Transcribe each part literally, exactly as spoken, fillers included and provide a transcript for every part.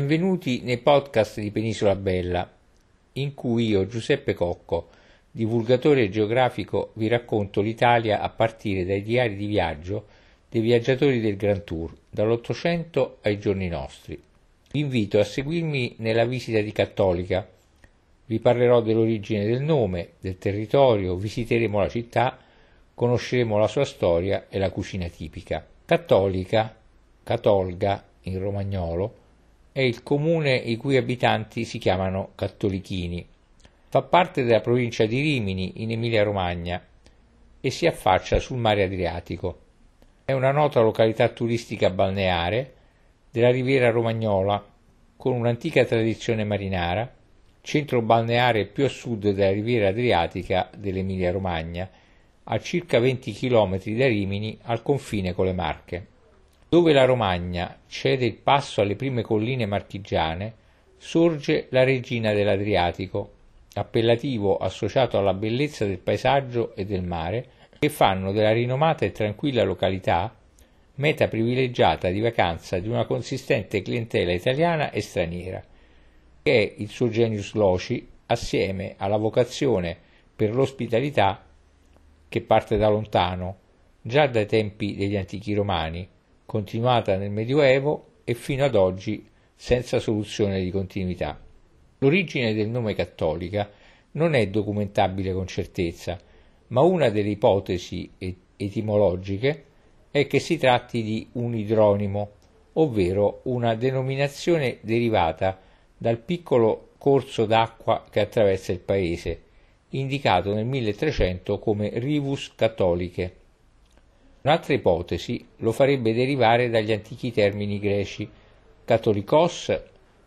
Benvenuti nei podcast di Penisola Bella, in cui io, Giuseppe Cocco, divulgatore geografico, vi racconto l'Italia a partire dai diari di viaggio dei viaggiatori del Grand Tour, dall'Ottocento ai giorni nostri. Vi invito a seguirmi nella visita di Cattolica. Vi parlerò dell'origine del nome, del territorio, visiteremo la città, conosceremo la sua storia e la cucina tipica. Cattolica, Catolga in romagnolo, è il comune i cui abitanti si chiamano cattolichini. Fa parte della provincia di Rimini, in Emilia-Romagna, e si affaccia sul mare Adriatico. È una nota località turistica balneare della riviera romagnola, con un'antica tradizione marinara, centro balneare più a sud della riviera adriatica dell'Emilia-Romagna, a circa venti chilometri da Rimini, al confine con le Marche. Dove la Romagna cede il passo alle prime colline marchigiane, sorge la Regina dell'Adriatico, appellativo associato alla bellezza del paesaggio e del mare, che fanno della rinomata e tranquilla località meta privilegiata di vacanza di una consistente clientela italiana e straniera, che è il suo genius loci, assieme alla vocazione per l'ospitalità che parte da lontano, già dai tempi degli antichi romani, continuata nel Medioevo e fino ad oggi senza soluzione di continuità. L'origine del nome Cattolica non è documentabile con certezza, ma una delle ipotesi etimologiche è che si tratti di un idronimo, ovvero una denominazione derivata dal piccolo corso d'acqua che attraversa il paese, indicato nel milletrecento come Rivus Catholicae. Un'altra ipotesi lo farebbe derivare dagli antichi termini greci Catholikos,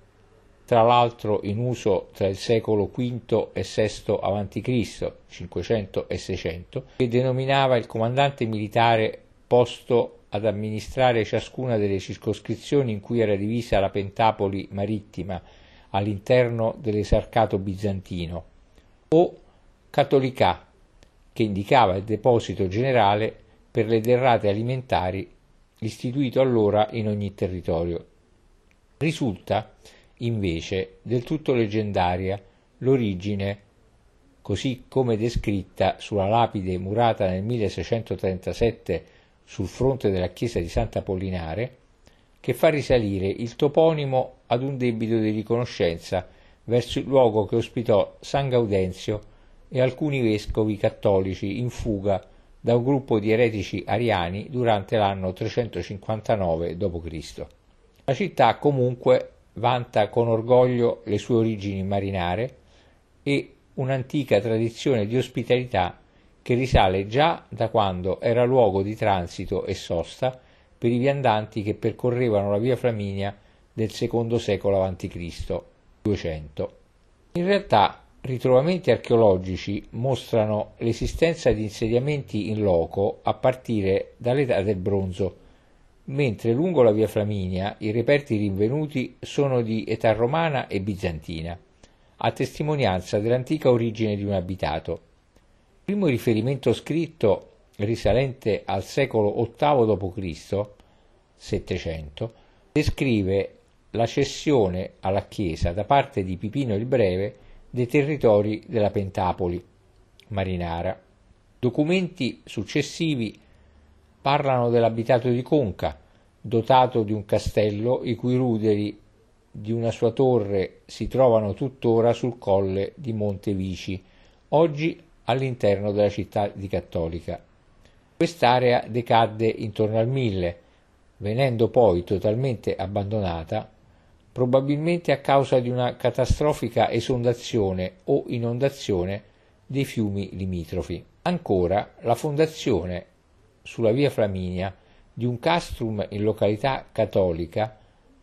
tra l'altro in uso tra il secolo quinto e sesto avanti Cristo, cinquecento e seicento, che denominava il comandante militare posto ad amministrare ciascuna delle circoscrizioni in cui era divisa la Pentapoli marittima all'interno dell'esarcato bizantino, o Catholicà, che indicava il deposito generale per le derrate alimentari istituito allora in ogni territorio. Risulta invece del tutto leggendaria l'origine, così come descritta sulla lapide murata nel milleseicentotrentasette sul fronte della chiesa di Sant'Apollinare, che fa risalire il toponimo ad un debito di riconoscenza verso il luogo che ospitò San Gaudenzio e alcuni vescovi cattolici in fuga da un gruppo di eretici ariani durante l'anno trecentocinquantanove dopo Cristo. La città comunque vanta con orgoglio le sue origini marinare e un'antica tradizione di ospitalità che risale già da quando era luogo di transito e sosta per i viandanti che percorrevano la via Flaminia del secondo secolo avanti Cristo, duecento. In realtà ritrovamenti archeologici mostrano l'esistenza di insediamenti in loco a partire dall'età del bronzo, mentre lungo la via Flaminia i reperti rinvenuti sono di età romana e bizantina, a testimonianza dell'antica origine di un abitato. Il primo riferimento scritto, risalente al secolo ottavo dopo Cristo, settecento, descrive la cessione alla Chiesa da parte di Pipino il Breve dei territori della Pentapoli marinara. Documenti successivi parlano dell'abitato di Conca, dotato di un castello i cui ruderi di una sua torre si trovano tuttora sul colle di Monte Vici, oggi all'interno della città di Cattolica. Quest'area decadde intorno al mille, venendo poi totalmente abbandonata, probabilmente a causa di una catastrofica esondazione o inondazione dei fiumi limitrofi. Ancora, la fondazione sulla via Flaminia di un castrum in località Catolica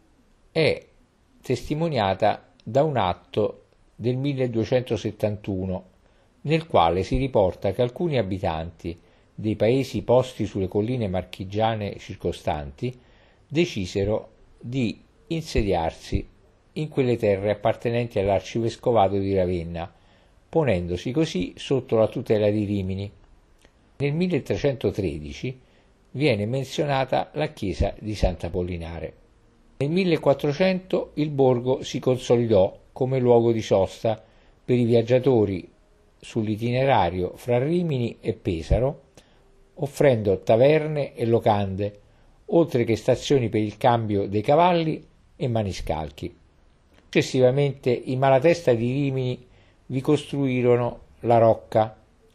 è testimoniata da un atto del milleduecentosettantuno, nel quale si riporta che alcuni abitanti dei paesi posti sulle colline marchigiane circostanti decisero di insediarsi in quelle terre appartenenti all'arcivescovato di Ravenna, ponendosi così sotto la tutela di Rimini. Nel milletrecentotredici viene menzionata la chiesa di Sant'Apollinare. Nel millequattrocento il borgo si consolidò come luogo di sosta per i viaggiatori sull'itinerario fra Rimini e Pesaro, offrendo taverne e locande, oltre che stazioni per il cambio dei cavalli e maniscalchi. Successivamente i Malatesta di Rimini vi costruirono la Rocca,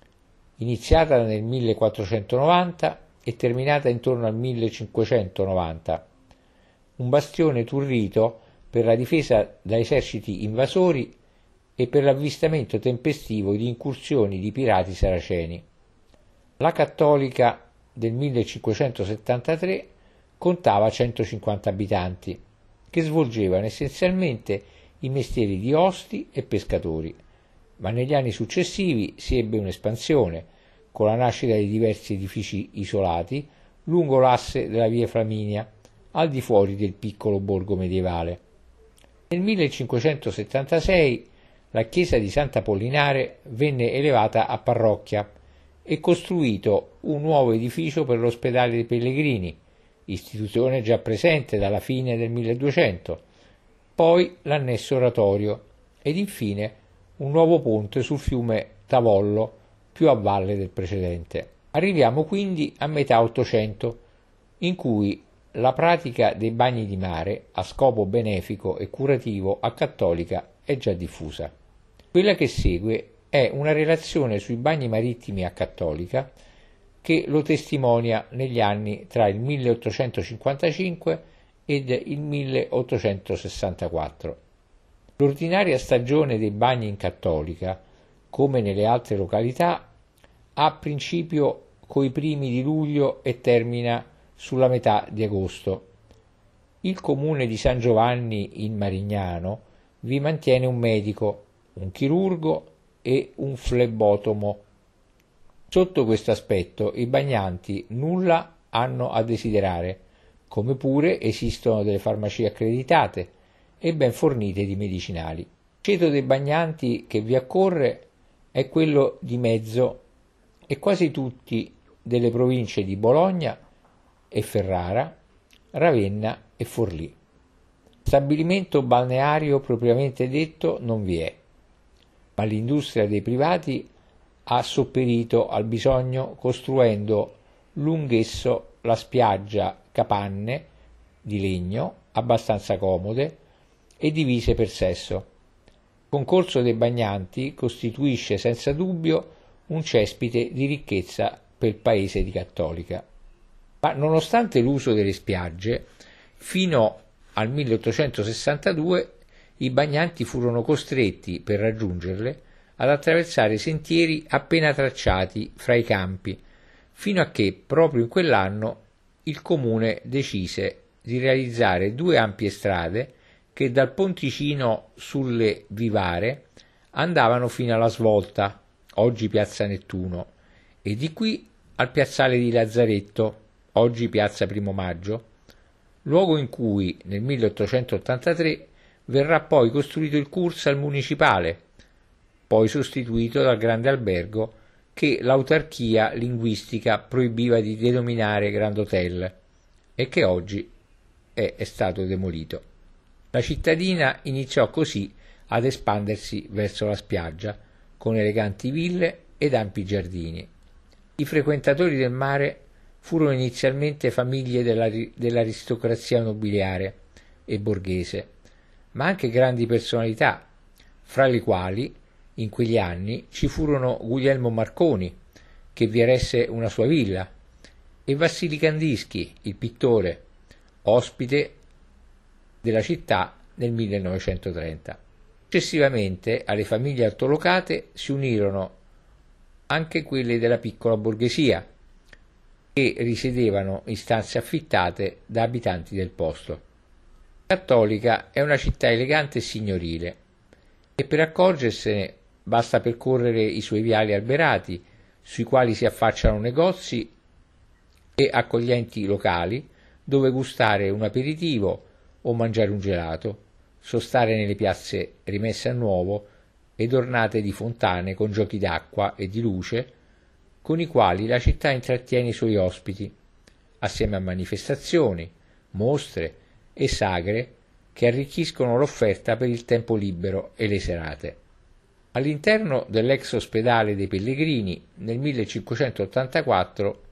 iniziata nel millequattrocentonovanta e terminata intorno al millecinquecentonovanta, un bastione turrito per la difesa da eserciti invasori e per l'avvistamento tempestivo di incursioni di pirati saraceni. La Cattolica del millecinquecentosettantatré contava centocinquanta abitanti, che svolgevano essenzialmente i mestieri di osti e pescatori, ma negli anni successivi si ebbe un'espansione, con la nascita di diversi edifici isolati lungo l'asse della via Flaminia, al di fuori del piccolo borgo medievale. Nel millecinquecentosettantasei la chiesa di Sant'Apollinare venne elevata a parrocchia e costruito un nuovo edificio per l'ospedale dei pellegrini, istituzione già presente dalla fine del milleduecento, poi l'annesso oratorio ed infine un nuovo ponte sul fiume Tavollo, più a valle del precedente. Arriviamo quindi a metà Ottocento, in cui la pratica dei bagni di mare a scopo benefico e curativo a Cattolica è già diffusa. Quella che segue è una relazione sui bagni marittimi a Cattolica che lo testimonia negli anni tra il milleottocentocinquantacinque ed il milleottocentosessantaquattro. L'ordinaria stagione dei bagni in Cattolica, come nelle altre località, ha principio coi primi di luglio e termina sulla metà di agosto. Il comune di San Giovanni in Marignano vi mantiene un medico, un chirurgo e un flebotomo. Sotto questo aspetto i bagnanti nulla hanno a desiderare, come pure esistono delle farmacie accreditate e ben fornite di medicinali. Il ceto dei bagnanti che vi accorre è quello di Mezzo e quasi tutti delle province di Bologna e Ferrara, Ravenna e Forlì. Stabilimento balneario propriamente detto non vi è, ma l'industria dei privati ha sopperito al bisogno costruendo lunghesso la spiaggia capanne di legno abbastanza comode e divise per sesso. Il concorso dei bagnanti costituisce senza dubbio un cespite di ricchezza per il paese di Cattolica. Ma nonostante l'uso delle spiagge, fino al milleottocentosessantadue i bagnanti furono costretti, per raggiungerle, ad attraversare sentieri appena tracciati fra i campi, fino a che, proprio in quell'anno, il comune decise di realizzare due ampie strade che dal Ponticino sulle Vivare andavano fino alla Svolta, oggi piazza Nettuno, e di qui al piazzale di Lazzaretto, oggi piazza Primo Maggio, luogo in cui nel milleottocentottantatré verrà poi costruito il Cursal municipale, poi sostituito dal grande albergo che l'autarchia linguistica proibiva di denominare Grand Hotel e che oggi è, è stato demolito. La cittadina iniziò così ad espandersi verso la spiaggia, con eleganti ville ed ampi giardini. I frequentatori del mare furono inizialmente famiglie della, dell'aristocrazia nobiliare e borghese, ma anche grandi personalità, fra le quali in quegli anni ci furono Guglielmo Marconi, che vi eresse una sua villa, e Vassili Kandinskij, il pittore, ospite della città nel millenovecentotrenta. Successivamente alle famiglie altolocate si unirono anche quelle della piccola borghesia, che risiedevano in stanze affittate da abitanti del posto. Cattolica è una città elegante e signorile, e per accorgersene basta percorrere i suoi viali alberati, sui quali si affacciano negozi e accoglienti locali dove gustare un aperitivo o mangiare un gelato, sostare nelle piazze rimesse a nuovo ed ornate di fontane con giochi d'acqua e di luce, con i quali la città intrattiene i suoi ospiti, assieme a manifestazioni, mostre e sagre che arricchiscono l'offerta per il tempo libero e le serate. All'interno dell'ex ospedale dei Pellegrini nel millecinquecentottantaquattro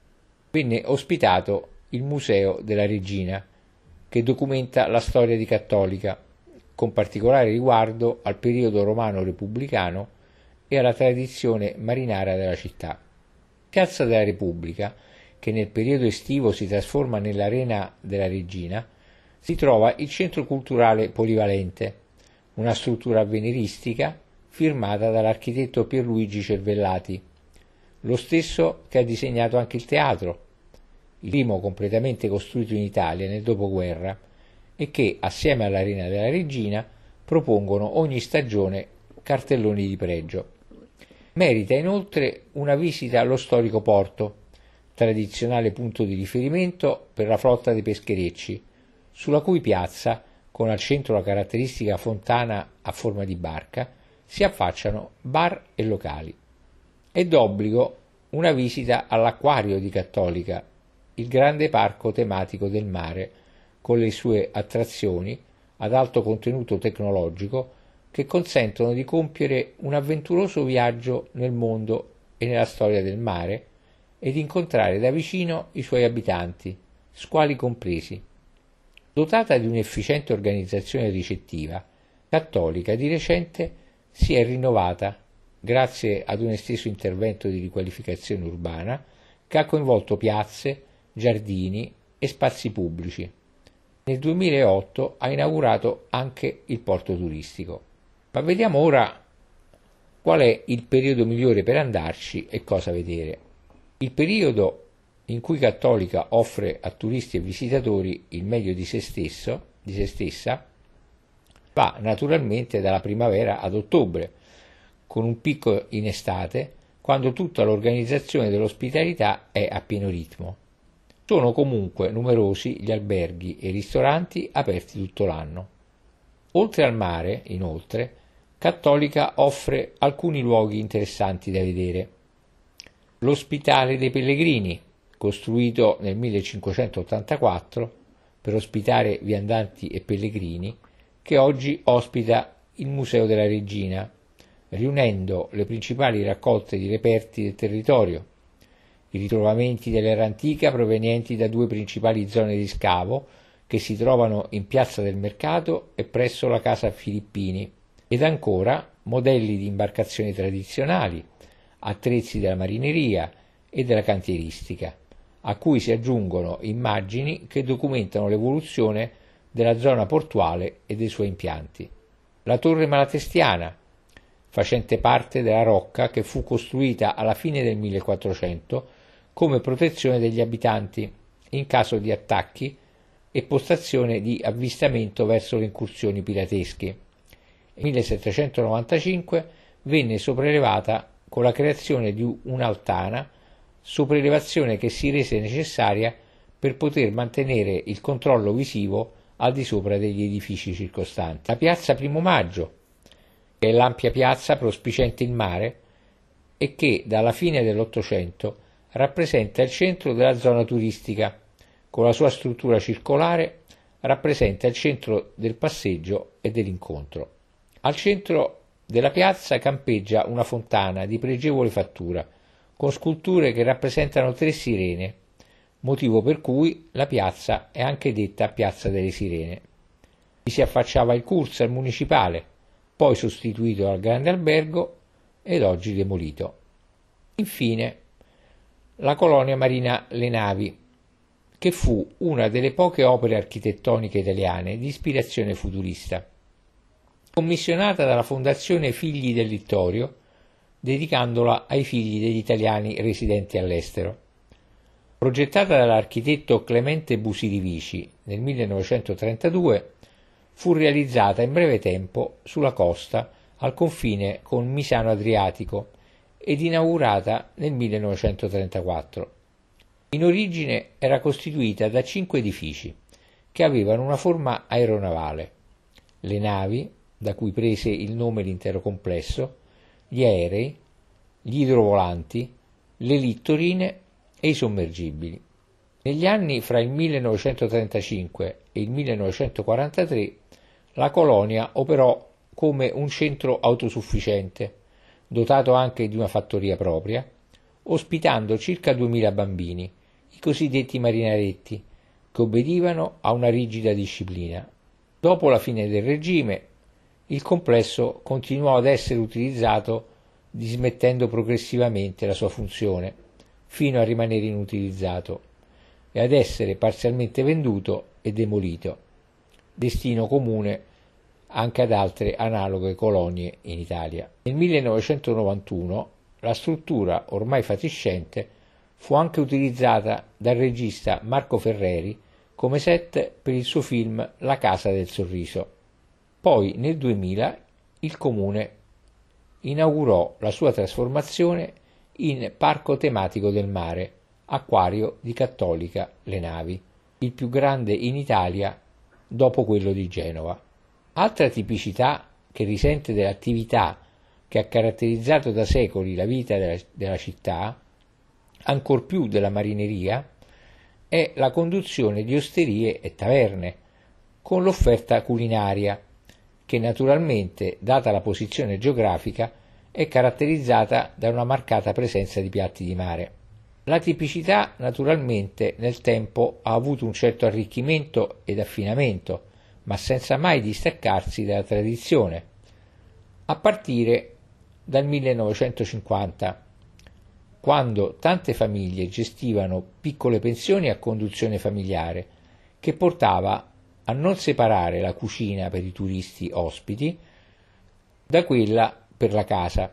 venne ospitato il Museo della Regina, che documenta la storia di Cattolica, con particolare riguardo al periodo romano repubblicano e alla tradizione marinara della città. Piazza della Repubblica, che nel periodo estivo si trasforma nell'Arena della Regina, si trova il Centro Culturale Polivalente, una struttura avveniristica firmata dall'architetto Pierluigi Cervellati, lo stesso che ha disegnato anche il teatro, il primo completamente costruito in Italia nel dopoguerra, e che, assieme all'Arena della Regina, propongono ogni stagione cartelloni di pregio. Merita inoltre una visita allo storico porto, tradizionale punto di riferimento per la flotta dei pescherecci, sulla cui piazza, con al centro la caratteristica fontana a forma di barca, si affacciano bar e locali. È d'obbligo una visita all'Acquario di Cattolica, il grande parco tematico del mare, con le sue attrazioni ad alto contenuto tecnologico che consentono di compiere un avventuroso viaggio nel mondo e nella storia del mare ed incontrare da vicino i suoi abitanti, squali compresi. Dotata di un'efficiente organizzazione ricettiva, Cattolica di recente si è rinnovata grazie ad un esteso intervento di riqualificazione urbana che ha coinvolto piazze, giardini e spazi pubblici. Nel duemilaotto ha inaugurato anche il porto turistico. Ma vediamo ora qual è il periodo migliore per andarci e cosa vedere. Il periodo in cui Cattolica offre a turisti e visitatori il meglio di se stesso, di se stessa, va naturalmente dalla primavera ad ottobre, con un picco in estate, quando tutta l'organizzazione dell'ospitalità è a pieno ritmo. Sono comunque numerosi gli alberghi e i ristoranti aperti tutto l'anno. Oltre al mare, inoltre, Cattolica offre alcuni luoghi interessanti da vedere. L'Ospitale dei Pellegrini, costruito nel millecinquecentottantaquattro per ospitare viandanti e pellegrini, che oggi ospita il Museo della Regina, riunendo le principali raccolte di reperti del territorio, i ritrovamenti dell'era antica provenienti da due principali zone di scavo che si trovano in Piazza del Mercato e presso la Casa Filippini, ed ancora modelli di imbarcazioni tradizionali, attrezzi della marineria e della cantieristica, a cui si aggiungono immagini che documentano l'evoluzione della zona portuale e dei suoi impianti. La Torre Malatestiana, facente parte della rocca che fu costruita alla fine del millequattrocento come protezione degli abitanti in caso di attacchi e postazione di avvistamento verso le incursioni piratesche. Nel millesettecentonovantacinque venne sopraelevata con la creazione di un'altana, sopraelevazione che si rese necessaria per poter mantenere il controllo visivo al di sopra degli edifici circostanti. La piazza Primo Maggio, che è l'ampia piazza prospiciente il mare e che dalla fine dell'Ottocento rappresenta il centro della zona turistica, con la sua struttura circolare rappresenta il centro del passeggio e dell'incontro. Al centro della piazza campeggia una fontana di pregevole fattura, con sculture che rappresentano tre sirene, motivo per cui la piazza è anche detta Piazza delle Sirene. Vi si affacciava il Cursal municipale, poi sostituito dal grande albergo ed oggi demolito. Infine, la colonia marina Le Navi, che fu una delle poche opere architettoniche italiane di ispirazione futurista, commissionata dalla Fondazione Figli del Littorio, dedicandola ai figli degli italiani residenti all'estero. Progettata dall'architetto Clemente Busirivici nel millenovecentotrentadue, fu realizzata in breve tempo sulla costa al confine con Misano Adriatico ed inaugurata nel millenovecentotrentaquattro. In origine era costituita da cinque edifici che avevano una forma aeronavale: le navi, da cui prese il nome l'intero complesso, gli aerei, gli idrovolanti, le littorine e i sommergibili. Negli anni fra il millenovecentotrentacinque e il millenovecentoquarantatré la colonia operò come un centro autosufficiente, dotato anche di una fattoria propria, ospitando circa duemila bambini, i cosiddetti marinaretti, che obbedivano a una rigida disciplina. Dopo la fine del regime, il complesso continuò ad essere utilizzato dismettendo progressivamente la sua funzione, fino a rimanere inutilizzato e ad essere parzialmente venduto e demolito, destino comune anche ad altre analoghe colonie in Italia. Nel millenovecentonovantuno la struttura, ormai fatiscente, fu anche utilizzata dal regista Marco Ferreri come set per il suo film La Casa del Sorriso. Poi nel duemila il comune inaugurò la sua trasformazione in Parco tematico del mare, acquario di Cattolica Le Navi, il più grande in Italia dopo quello di Genova. Altra tipicità che risente dell'attività che ha caratterizzato da secoli la vita della, della città, ancor più della marineria, è la conduzione di osterie e taverne, con l'offerta culinaria, che naturalmente, data la posizione geografica, è caratterizzata da una marcata presenza di piatti di mare. La tipicità, naturalmente, nel tempo ha avuto un certo arricchimento ed affinamento, ma senza mai distaccarsi dalla tradizione, a partire dal millenovecentocinquanta, quando tante famiglie gestivano piccole pensioni a conduzione familiare, che portava a non separare la cucina per i turisti ospiti da quella per la casa.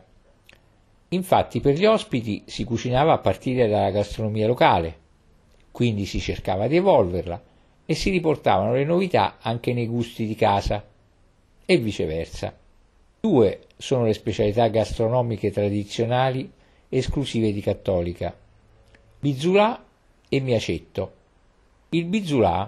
Infatti per gli ospiti si cucinava a partire dalla gastronomia locale, quindi si cercava di evolverla e si riportavano le novità anche nei gusti di casa e viceversa. Due sono le specialità gastronomiche tradizionali esclusive di Cattolica: bizulà e miacetto. Il bizulà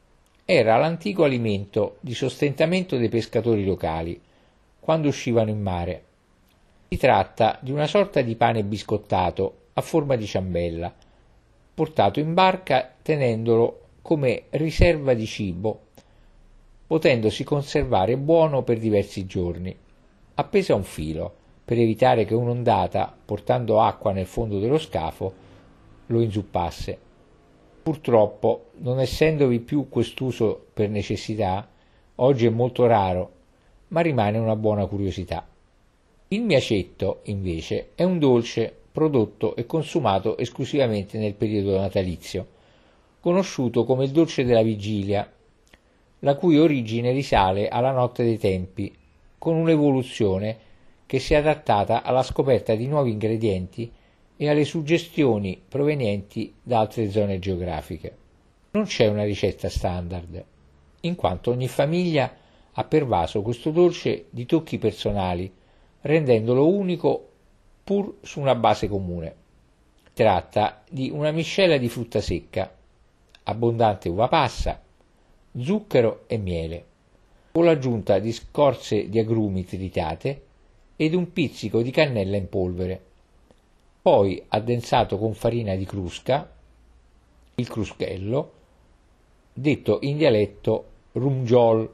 era l'antico alimento di sostentamento dei pescatori locali quando uscivano in mare. Si tratta di una sorta di pane biscottato a forma di ciambella, portato in barca tenendolo come riserva di cibo, potendosi conservare buono per diversi giorni, appeso a un filo, per evitare che un'ondata, portando acqua nel fondo dello scafo, lo inzuppasse. Purtroppo, non essendovi più quest'uso per necessità, oggi è molto raro, ma rimane una buona curiosità. Il miacetto, invece, è un dolce prodotto e consumato esclusivamente nel periodo natalizio, conosciuto come il dolce della vigilia, la cui origine risale alla notte dei tempi, con un'evoluzione che si è adattata alla scoperta di nuovi ingredienti e alle suggestioni provenienti da altre zone geografiche. Non c'è una ricetta standard, in quanto ogni famiglia ha pervaso questo dolce di tocchi personali, rendendolo unico pur su una base comune. Si tratta di una miscela di frutta secca, abbondante uva passa, zucchero e miele, con l'aggiunta di scorze di agrumi tritate ed un pizzico di cannella in polvere, poi addensato con farina di crusca, il cruschello, detto in dialetto rumgiol,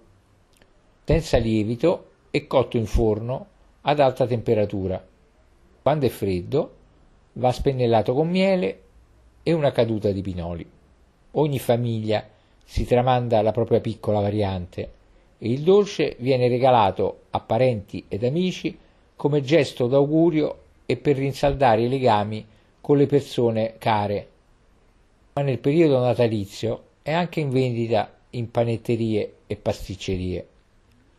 senza lievito e cotto in forno ad alta temperatura. Quando è freddo va spennellato con miele e una caduta di pinoli. Ogni famiglia si tramanda la propria piccola variante e il dolce viene regalato a parenti ed amici come gesto d'augurio e per rinsaldare i legami con le persone care. Ma nel periodo natalizio è anche in vendita in panetterie e pasticcerie.